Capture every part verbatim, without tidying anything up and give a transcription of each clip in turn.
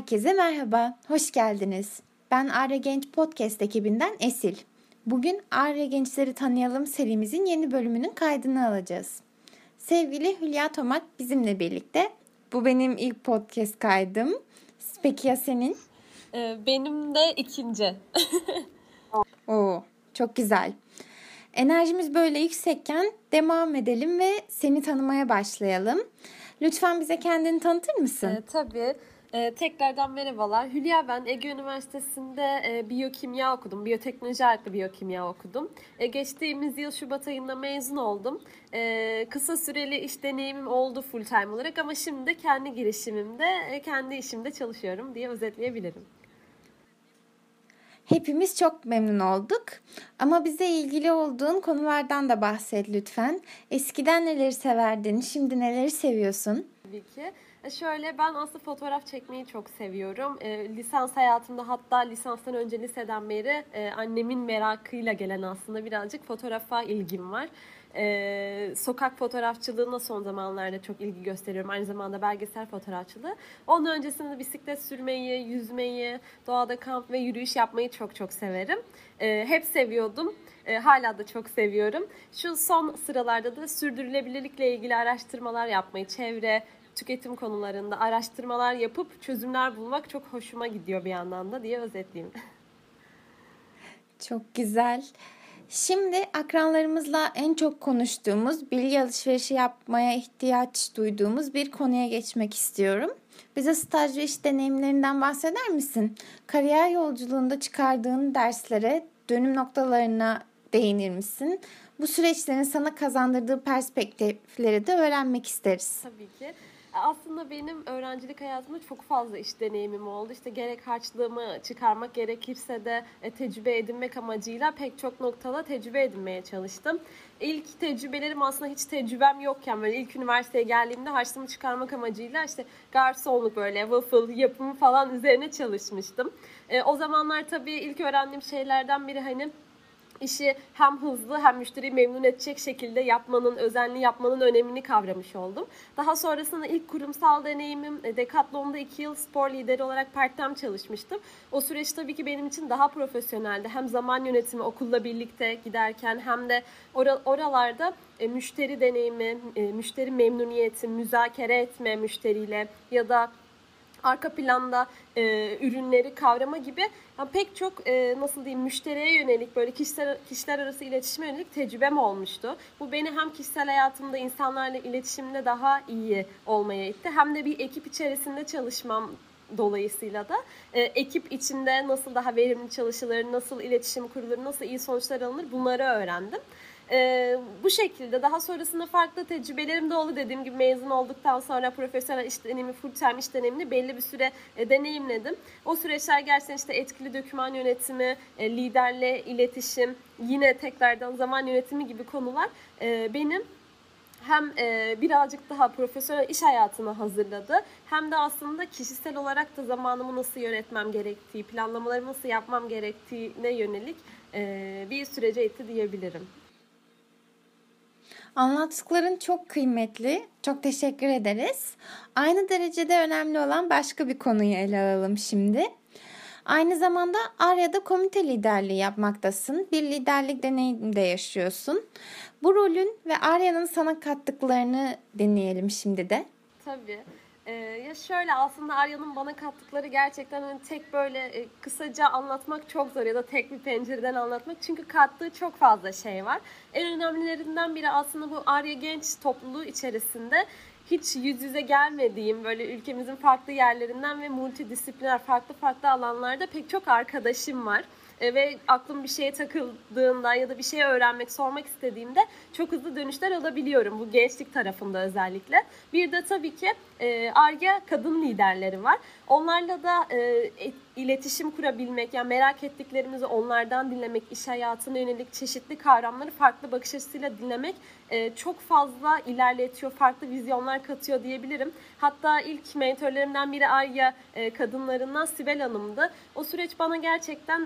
Herkese merhaba, hoş geldiniz. Ben Arya Genç Podcast ekibinden Esil. Bugün Arya Gençleri Tanıyalım serimizin yeni bölümünün kaydını alacağız. Sevgili Hülya Tomat bizimle birlikte. Bu benim ilk podcast kaydım. Peki ya senin? Benim de ikinci. Oo, çok güzel. Enerjimiz böyle yüksekken devam edelim ve seni tanımaya başlayalım. Lütfen bize kendini tanıtır mısın? Ee, tabii. Ee, tekrardan merhabalar. Hülya ben. Ege Üniversitesi'nde e, biyokimya okudum. Biyoteknoloji ağırlıklı biyokimya okudum. E, geçtiğimiz yıl Şubat ayında mezun oldum. E, kısa süreli iş deneyimim oldu full time olarak ama şimdi de kendi girişimimde, e, kendi işimde çalışıyorum diye özetleyebilirim. Hepimiz çok memnun olduk. Ama bize ilgili olduğun konulardan da bahset lütfen. Eskiden neleri severdin, şimdi neleri seviyorsun? Tabii ki. Şöyle ben aslında fotoğraf çekmeyi çok seviyorum. E, lisans hayatımda hatta lisanstan önce liseden beri e, annemin merakıyla gelen aslında birazcık fotoğrafa ilgim var. Ee, sokak fotoğrafçılığına son zamanlarda çok ilgi gösteriyorum. Aynı zamanda belgesel fotoğrafçılığı. Onun öncesinde bisiklet sürmeyi, yüzmeyi, doğada kamp ve yürüyüş yapmayı çok çok severim. Ee, hep seviyordum. Ee, hala da çok seviyorum. Şu son sıralarda da sürdürülebilirlikle ilgili araştırmalar yapmayı, çevre, tüketim konularında araştırmalar yapıp çözümler bulmak çok hoşuma gidiyor bir yandan da diye özetleyeyim. Çok güzel. Şimdi akranlarımızla en çok konuştuğumuz, bilgi alışverişi yapmaya ihtiyaç duyduğumuz bir konuya geçmek istiyorum. Bize staj ve iş deneyimlerinden bahseder misin? Kariyer yolculuğunda çıkardığın derslere, dönüm noktalarına değinir misin? Bu süreçlerin sana kazandırdığı perspektifleri de öğrenmek isteriz. Tabii ki. Aslında benim öğrencilik hayatımda çok fazla iş deneyimim oldu. İşte gerek harçlığımı çıkarmak gerekirse de tecrübe edinmek amacıyla pek çok noktada tecrübe edinmeye çalıştım. İlk tecrübelerim aslında hiç tecrübem yokken böyle ilk üniversiteye geldiğimde harçlığımı çıkarmak amacıyla işte garsonluk böyle waffle yapımı falan üzerine çalışmıştım. E, o zamanlar tabii ilk öğrendiğim şeylerden biri hani İşi hem hızlı hem müşteriyi memnun edecek şekilde yapmanın, özenli yapmanın önemini kavramış oldum. Daha sonrasında ilk kurumsal deneyimim Decathlon'da iki yıl spor lideri olarak part-time çalışmıştım. O süreç tabii ki benim için daha profesyoneldi. Hem zaman yönetimi okulla birlikte giderken hem de oralarda müşteri deneyimi, müşteri memnuniyeti, müzakere etme müşteriyle ya da arka planda e, ürünleri kavrama gibi yani pek çok e, nasıl diyeyim müşteriye yönelik böyle kişiler kişiler arası iletişime yönelik tecrübem olmuştu. Bu beni hem kişisel hayatımda insanlarla iletişimde daha iyi olmaya itti hem de bir ekip içerisinde çalışmam dolayısıyla da e, ekip içinde nasıl daha verimli çalışılır, nasıl iletişim kurulur, nasıl iyi sonuçlar alınır bunları öğrendim. Ee, bu şekilde daha sonrasında farklı tecrübelerim de oldu. Dediğim gibi mezun olduktan sonra profesyonel iş deneyimi, full time iş deneyimini belli bir süre e, deneyimledim. O süreçler gerçekten işte etkili doküman yönetimi, e, liderle iletişim, yine tekrardan zaman yönetimi gibi konular e, benim hem e, birazcık daha profesyonel iş hayatına hazırladı hem de aslında kişisel olarak da zamanımı nasıl yönetmem gerektiği, planlamalarımı nasıl yapmam gerektiğine yönelik e, bir sürece itti diyebilirim. Anlattıkların çok kıymetli. Çok teşekkür ederiz. Aynı derecede önemli olan başka bir konuyu ele alalım şimdi. Aynı zamanda Arya'da komite liderliği yapmaktasın. Bir liderlik deneyimi de yaşıyorsun. Bu rolün ve Arya'nın sana kattıklarını dinleyelim şimdi de. Tabii. Ee, ya şöyle aslında Arya'nın bana kattıkları gerçekten hani tek böyle e, kısaca anlatmak çok zor ya da tek bir pencereden anlatmak. Çünkü kattığı çok fazla şey var. En önemlilerinden biri aslında bu Arya Genç topluluğu içerisinde hiç yüz yüze gelmediğim böyle ülkemizin farklı yerlerinden ve multidisipliner farklı farklı alanlarda pek çok arkadaşım var. E, ve aklım bir şeye takıldığında ya da bir şey öğrenmek, sormak istediğimde çok hızlı dönüşler alabiliyorum bu gençlik tarafında özellikle. Bir de tabii ki e, Ar-Ge kadın liderleri var. Onlarla da e, iletişim kurabilmek, yani merak ettiklerimizi onlardan dinlemek, iş hayatına yönelik çeşitli kavramları farklı bakış açısıyla dinlemek e, çok fazla ilerletiyor, farklı vizyonlar katıyor diyebilirim. Hatta ilk mentörlerimden biri Ar-Ge e, kadınlarından Sibel Hanım'dı. O süreç bana gerçekten e,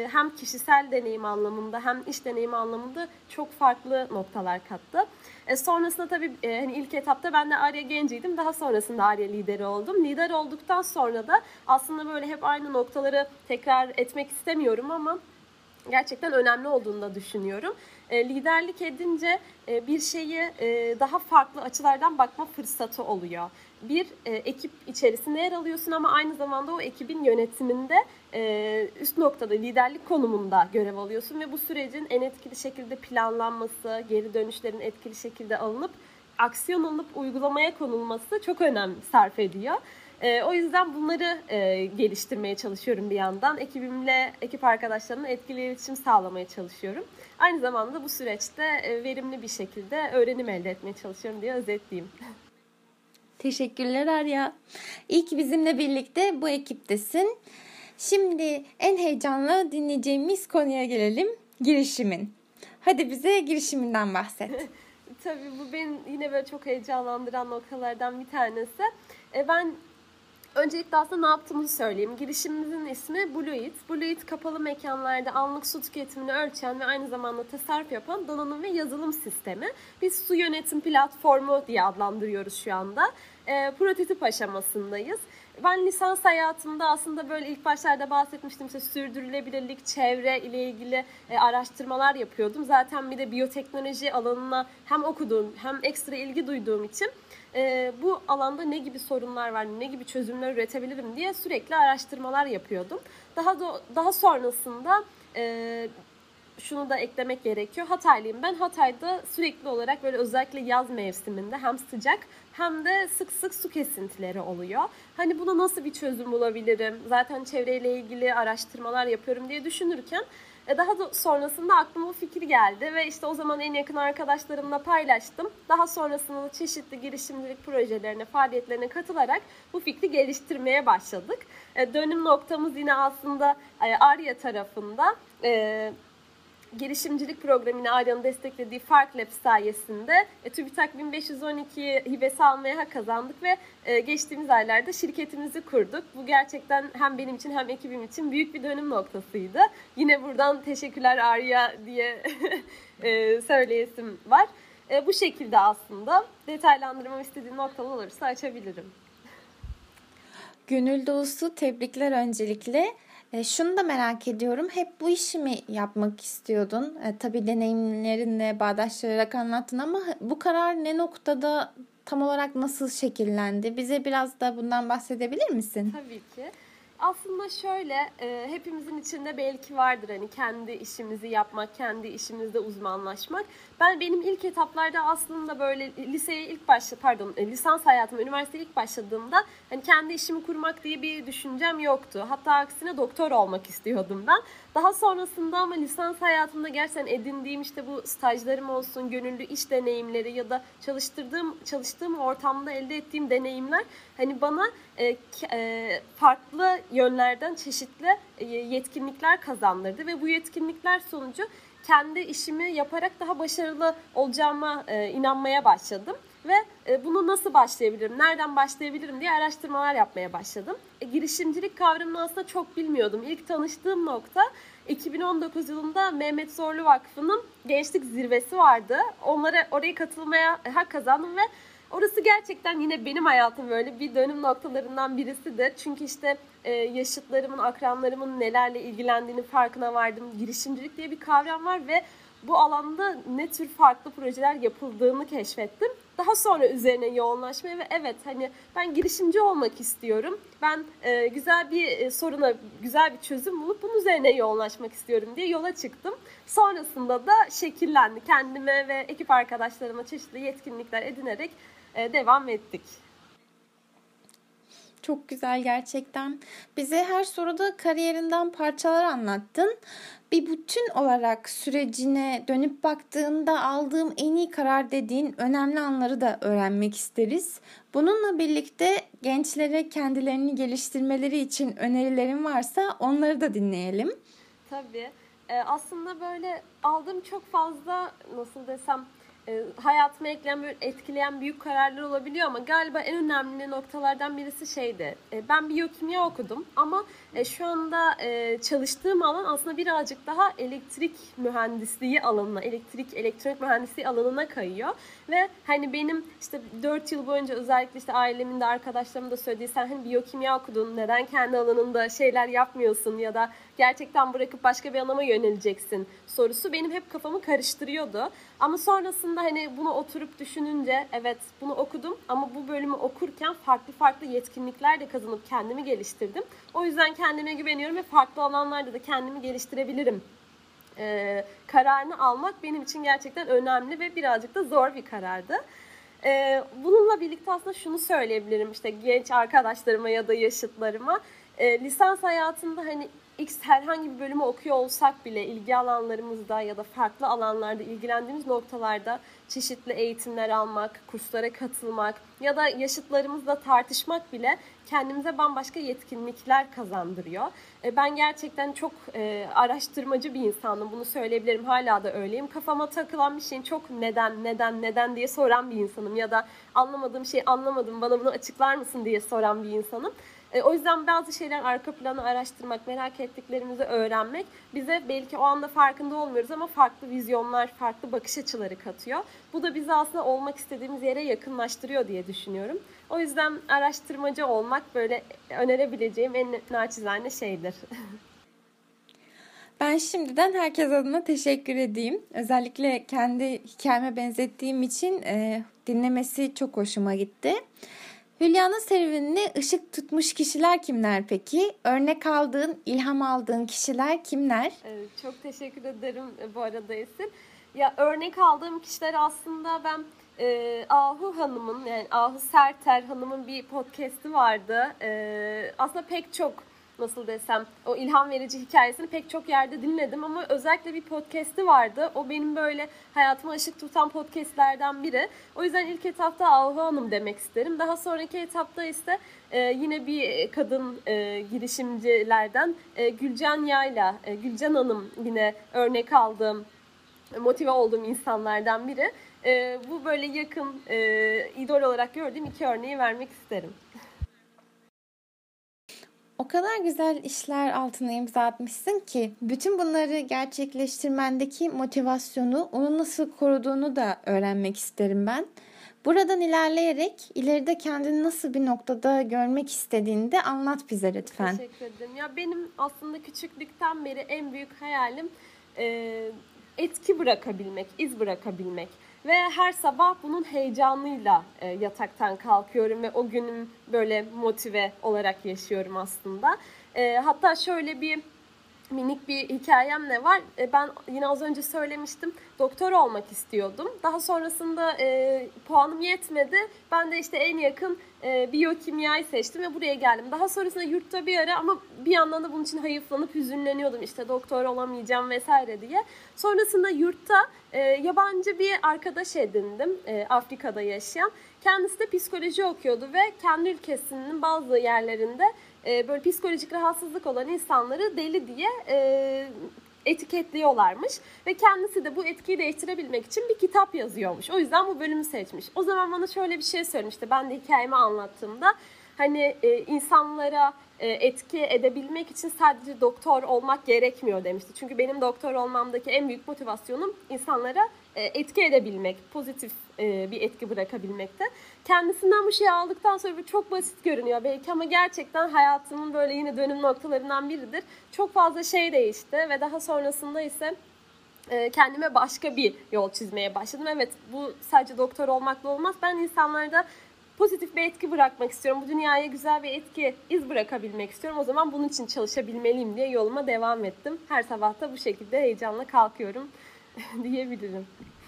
e, hem kişisel deneyim anlamında hem iş deneyimi anlamında çok farklı noktalar kattı. E, sonrasında tabii e, hani ilk etapta ben de Arya Genci'ydim. Daha sonrasında Arya lideri oldum. Lider olduktan sonra da aslında böyle hep aynı noktaları tekrar etmek istemiyorum ama gerçekten önemli olduğunu da düşünüyorum. E, liderlik edince e, bir şeyi e, daha farklı açılardan bakma fırsatı oluyor. Bir e, ekip içerisinde yer alıyorsun ama aynı zamanda o ekibin yönetiminde e, üst noktada liderlik konumunda görev alıyorsun ve bu sürecin en etkili şekilde planlanması, geri dönüşlerin etkili şekilde alınıp aksiyon alınıp uygulamaya konulması çok önem sarf ediyor. E, o yüzden bunları e, geliştirmeye çalışıyorum bir yandan. Ekibimle, ekip arkadaşlarımla etkili iletişim sağlamaya çalışıyorum. Aynı zamanda bu süreçte e, verimli bir şekilde öğrenim elde etmeye çalışıyorum diye özetleyeyim. Teşekkürler Arya. İyi ki bizimle birlikte bu ekiptesin. Şimdi en heyecanlı dinleyeceğimiz konuya gelelim. Girişimin. Hadi bize girişiminden bahset. Tabii bu beni yine böyle çok heyecanlandıran noktalardan bir tanesi. E, ben öncelikle aslında ne yaptığımızı söyleyeyim. Girişimimizin ismi Blueit. Blueit kapalı mekanlarda anlık su tüketimini ölçen ve aynı zamanda tasarruf yapan donanım ve yazılım sistemi. Biz su yönetim platformu diye adlandırıyoruz şu anda. E, prototip aşamasındayız. Ben lisans hayatımda aslında böyle ilk başlarda bahsetmiştim, işte sürdürülebilirlik, çevre ile ilgili e, araştırmalar yapıyordum. Zaten bir de biyoteknoloji alanına hem okuduğum hem ekstra ilgi duyduğum için e, bu alanda ne gibi sorunlar var, ne gibi çözümler üretebilirim diye sürekli araştırmalar yapıyordum. Daha da, daha sonrasında e, şunu da eklemek gerekiyor. Hataylıyım ben. Hatay'da sürekli olarak böyle özellikle yaz mevsiminde hem sıcak hem de sık sık su kesintileri oluyor. Hani buna nasıl bir çözüm bulabilirim? Zaten çevreyle ilgili araştırmalar yapıyorum diye düşünürken daha da sonrasında aklıma bu fikir geldi ve işte o zaman en yakın arkadaşlarımla paylaştım. Daha sonrasında da çeşitli girişimcilik projelerine, faaliyetlerine katılarak bu fikri geliştirmeye başladık. Dönüm noktamız yine aslında Arya tarafında. Girişimcilik programını Arya'nın desteklediği Fark Labs sayesinde e, TÜBİTAK bin beş yüz on iki hibesi almaya hak kazandık ve e, geçtiğimiz aylarda şirketimizi kurduk. Bu gerçekten hem benim için hem ekibim için büyük bir dönüm noktasıydı. Yine buradan teşekkürler Arya diye e, söyleyesim var. E, bu şekilde aslında detaylandırmam istediğin noktalar olursa açabilirim. Gönül dolusu tebrikler öncelikle. E, şunu da merak ediyorum. Hep bu işi mi yapmak istiyordun? E, tabii deneyimlerinle bağdaştırarak anlattın ama bu karar ne noktada, tam olarak nasıl şekillendi? Bize biraz da bundan bahsedebilir misin? Tabii ki. Aslında şöyle, e, hepimizin içinde belki vardır hani kendi işimizi yapmak, kendi işimizde uzmanlaşmak. Ben benim ilk etaplarda aslında böyle liseye ilk başla, pardon, e, lisans hayatıma, üniversiteye ilk başladığımda hani kendi işimi kurmak diye bir düşüncem yoktu. Hatta aksine doktor olmak istiyordum ben. Daha sonrasında ama lisans hayatımda gerçekten edindiğim işte bu stajlarım olsun, gönüllü iş deneyimleri ya da çalıştırdığım çalıştığım ortamda elde ettiğim deneyimler hani bana e, e, farklı yönlerden çeşitli e, yetkinlikler kazandırdı ve bu yetkinlikler sonucu kendi işimi yaparak daha başarılı olacağıma e, inanmaya başladım. Ve e, bunu nasıl başlayabilirim, nereden başlayabilirim diye araştırmalar yapmaya başladım. E, girişimcilik kavramını aslında çok bilmiyordum. İlk tanıştığım nokta iki bin on dokuz yılında Mehmet Zorlu Vakfı'nın gençlik zirvesi vardı. Onlara oraya katılmaya hak kazandım ve orası gerçekten yine benim hayatım böyle bir dönüm noktalarından birisidir. Çünkü işte e, yaşıtlarımın, akranlarımın nelerle ilgilendiğini farkına vardım. Girişimcilik diye bir kavram var ve bu alanda ne tür farklı projeler yapıldığını keşfettim. Daha sonra üzerine yoğunlaşmaya ve evet hani ben girişimci olmak istiyorum. Ben e, güzel bir e, soruna güzel bir çözüm bulup bunun üzerine yoğunlaşmak istiyorum diye yola çıktım. Sonrasında da şekillendi. Kendime ve ekip arkadaşlarıma çeşitli yetkinlikler edinerek e, devam ettik. Çok güzel gerçekten. Bize her soruda kariyerinden parçalar anlattın. Bir bütün olarak sürecine dönüp baktığında aldığım en iyi karar dediğin önemli anları da öğrenmek isteriz. Bununla birlikte gençlere kendilerini geliştirmeleri için önerilerin varsa onları da dinleyelim. Tabii. Ee, aslında böyle aldığım çok fazla nasıl desem e, hayatıma ekleyen, böyle etkileyen büyük kararlar olabiliyor ama galiba en önemli noktalardan birisi şeydi. E, ben biyokimya okudum ama e, şu anda e, çalıştığım alan aslında birazcık daha elektrik mühendisliği alanına, elektrik, elektronik mühendisliği alanına kayıyor. Ve hani benim işte dört yıl boyunca özellikle işte ailemin de arkadaşlarımın da söylediği, sen hani biyokimya okudun, neden kendi alanında şeyler yapmıyorsun ya da gerçekten bırakıp başka bir alana yöneleceksin sorusu benim hep kafamı karıştırıyordu. Ama sonrasında hani bunu oturup düşününce, evet bunu okudum ama bu bölümü okurken farklı farklı yetkinlikler de kazanıp kendimi geliştirdim. O yüzden kendime güveniyorum ve farklı alanlarda da kendimi geliştirebilirim Ee, kararını almak benim için gerçekten önemli ve birazcık da zor bir karardı. Ee, bununla birlikte aslında şunu söyleyebilirim işte genç arkadaşlarıma ya da yaşıtlarıma. Ee, lisans hayatında hani X herhangi bir bölümü okuyor olsak bile ilgi alanlarımızda ya da farklı alanlarda ilgilendiğimiz noktalarda çeşitli eğitimler almak, kurslara katılmak ya da yaşıtlarımızla tartışmak bile kendimize bambaşka yetkinlikler kazandırıyor. Ben gerçekten çok e, araştırmacı bir insanım. Bunu söyleyebilirim. Hala da öyleyim. Kafama takılan bir şeyin çok neden, neden, neden diye soran bir insanım. Ya da anlamadığım şeyi anlamadım, bana bunu açıklar mısın diye soran bir insanım. E, o yüzden bazı şeyler arka planı araştırmak, merak ettiklerimizi öğrenmek bize belki o anda farkında olmuyoruz ama farklı vizyonlar, farklı bakış açıları katıyor. Bu da bizi aslında olmak istediğimiz yere yakınlaştırıyor diye düşünüyorum. O yüzden araştırmacı olmak böyle önerebileceğim en naçizane şeydir. Ben şimdiden herkes adına teşekkür edeyim. Özellikle kendi hikayeme benzettiğim için e, dinlemesi çok hoşuma gitti. Hülya'nın serüvenine ışık tutmuş kişiler kimler peki? Örnek aldığın, ilham aldığın kişiler kimler? Evet, çok teşekkür ederim bu arada Esin. Ya örnek aldığım kişiler aslında ben e, Ahu Hanım'ın yani Ahu Serter Hanım'ın bir podcast'i vardı. E, aslında pek çok nasıl desem o ilham verici hikayesini pek çok yerde dinledim ama özellikle bir podcast'i vardı. O benim böyle hayatıma ışık tutan podcast'lerden biri. O yüzden ilk etapta Ahu Hanım demek isterim. Daha sonraki etapta ise e, yine bir kadın e, girişimcilerden e, Gülcan Yayla, e, Gülcan Hanım yine örnek aldığım, motive olduğum insanlardan biri. E, bu böyle yakın e, idol olarak gördüğüm iki örneği vermek isterim. O kadar güzel işler altına imza atmışsın ki bütün bunları gerçekleştirmendeki motivasyonu, onu nasıl koruduğunu da öğrenmek isterim ben. Buradan ilerleyerek ileride kendini nasıl bir noktada görmek istediğini de anlat bize lütfen. Teşekkür ederim. Ya benim aslında küçüklükten beri en büyük hayalim e, etki bırakabilmek, iz bırakabilmek. Ve her sabah bunun heyecanıyla e, yataktan kalkıyorum ve o günüm böyle motive olarak yaşıyorum aslında. E, hatta şöyle bir minik bir hikayem ne var? E, ben yine az önce söylemiştim. Doktor olmak istiyordum. Daha sonrasında e, puanım yetmedi. Ben de işte en yakın e, biyokimyayı seçtim ve buraya geldim. Daha sonrasında yurtta bir ara ama bir yandan da bunun için hayıflanıp hüzünleniyordum. İşte doktor olamayacağım vesaire diye. Sonrasında yurtta e, yabancı bir arkadaş edindim. E, Afrika'da yaşayan. Kendisi de psikoloji okuyordu ve kendi ülkesinin bazı yerlerinde böyle psikolojik rahatsızlık olan insanları deli diye e, etiketliyorlarmış. Ve kendisi de bu etkiyi değiştirebilmek için bir kitap yazıyormuş. O yüzden bu bölümü seçmiş. O zaman bana şöyle bir şey söylemişti. Ben de hikayemi anlattığımda hani e, insanlara e, etki edebilmek için sadece doktor olmak gerekmiyor demişti. Çünkü benim doktor olmamdaki en büyük motivasyonum insanlara e, etki edebilmek, pozitif e, bir etki bırakabilmekte. Kendisinden bu şeyi aldıktan sonra çok basit görünüyor belki ama gerçekten hayatımın böyle yine dönüm noktalarından biridir. Çok fazla şey değişti ve daha sonrasında ise e, kendime başka bir yol çizmeye başladım. Evet, bu sadece doktor olmakla olmaz. Ben insanlarda pozitif bir etki bırakmak istiyorum. Bu dünyaya güzel bir etki, iz bırakabilmek istiyorum. O zaman bunun için çalışabilmeliyim diye yoluma devam ettim. Her sabah da bu şekilde heyecanla kalkıyorum diyebilirim.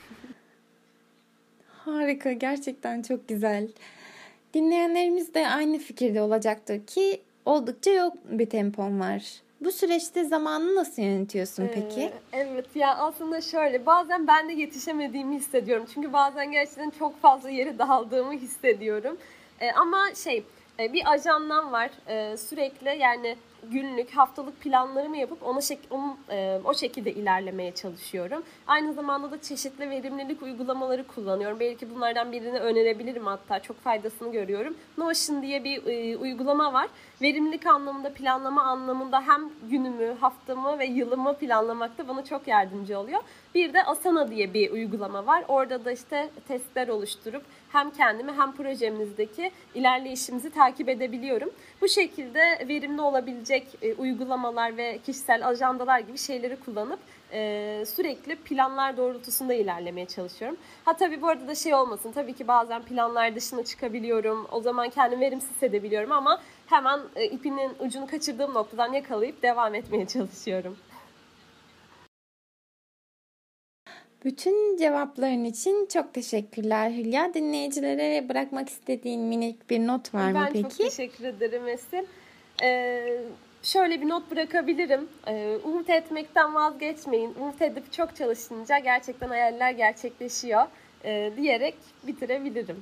Harika, gerçekten çok güzel. Dinleyenlerimiz de aynı fikirde olacaktır ki oldukça yoğun bir tempon var. Bu süreçte zamanını nasıl yönetiyorsun peki? Ee, evet ya aslında şöyle bazen ben de yetişemediğimi hissediyorum. Çünkü bazen gerçekten çok fazla yere daldığımı hissediyorum. Ee, ama şey bir ajandam var ee, sürekli yani günlük, haftalık planlarımı yapıp ona şek onun, e, o şekilde ilerlemeye çalışıyorum. Aynı zamanda da çeşitli verimlilik uygulamaları kullanıyorum. Belki bunlardan birini önerebilirim, hatta çok faydasını görüyorum. Notion diye bir e, uygulama var. Verimlilik anlamında, planlama anlamında hem günümü, haftamı ve yılımı planlamakta bana çok yardımcı oluyor. Bir de Asana diye bir uygulama var. Orada da işte testler oluşturup hem kendimi hem projemizdeki ilerleyişimizi takip edebiliyorum. Bu şekilde verimli olabilecek e, uygulamalar ve kişisel ajandalar gibi şeyleri kullanıp e, sürekli planlar doğrultusunda ilerlemeye çalışıyorum. Ha tabii bu arada da şey olmasın. Tabii ki bazen planlar dışına çıkabiliyorum. O zaman kendimi verimsiz hissedebiliyorum ama hemen e, ipinin ucunu kaçırdığım noktadan yakalayıp devam etmeye çalışıyorum. Bütün cevapların için çok teşekkürler Hülya. Dinleyicilere bırakmak istediğin minik bir not var mı ben peki? Ben çok teşekkür ederim Esin. Ee, şöyle bir not bırakabilirim. Ee, umut etmekten vazgeçmeyin. Umut edip çok çalışınca gerçekten hayaller gerçekleşiyor ee, diyerek bitirebilirim.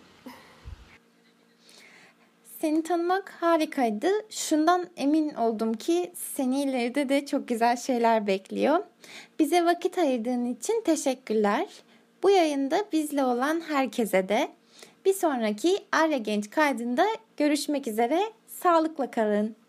Seni tanımak harikaydı. Şundan emin oldum ki seni ileride de çok güzel şeyler bekliyor. Bize vakit ayırdığın için teşekkürler. Bu yayında bizle olan herkese de bir sonraki Arya Genç kaydında görüşmek üzere. Sağlıkla kalın.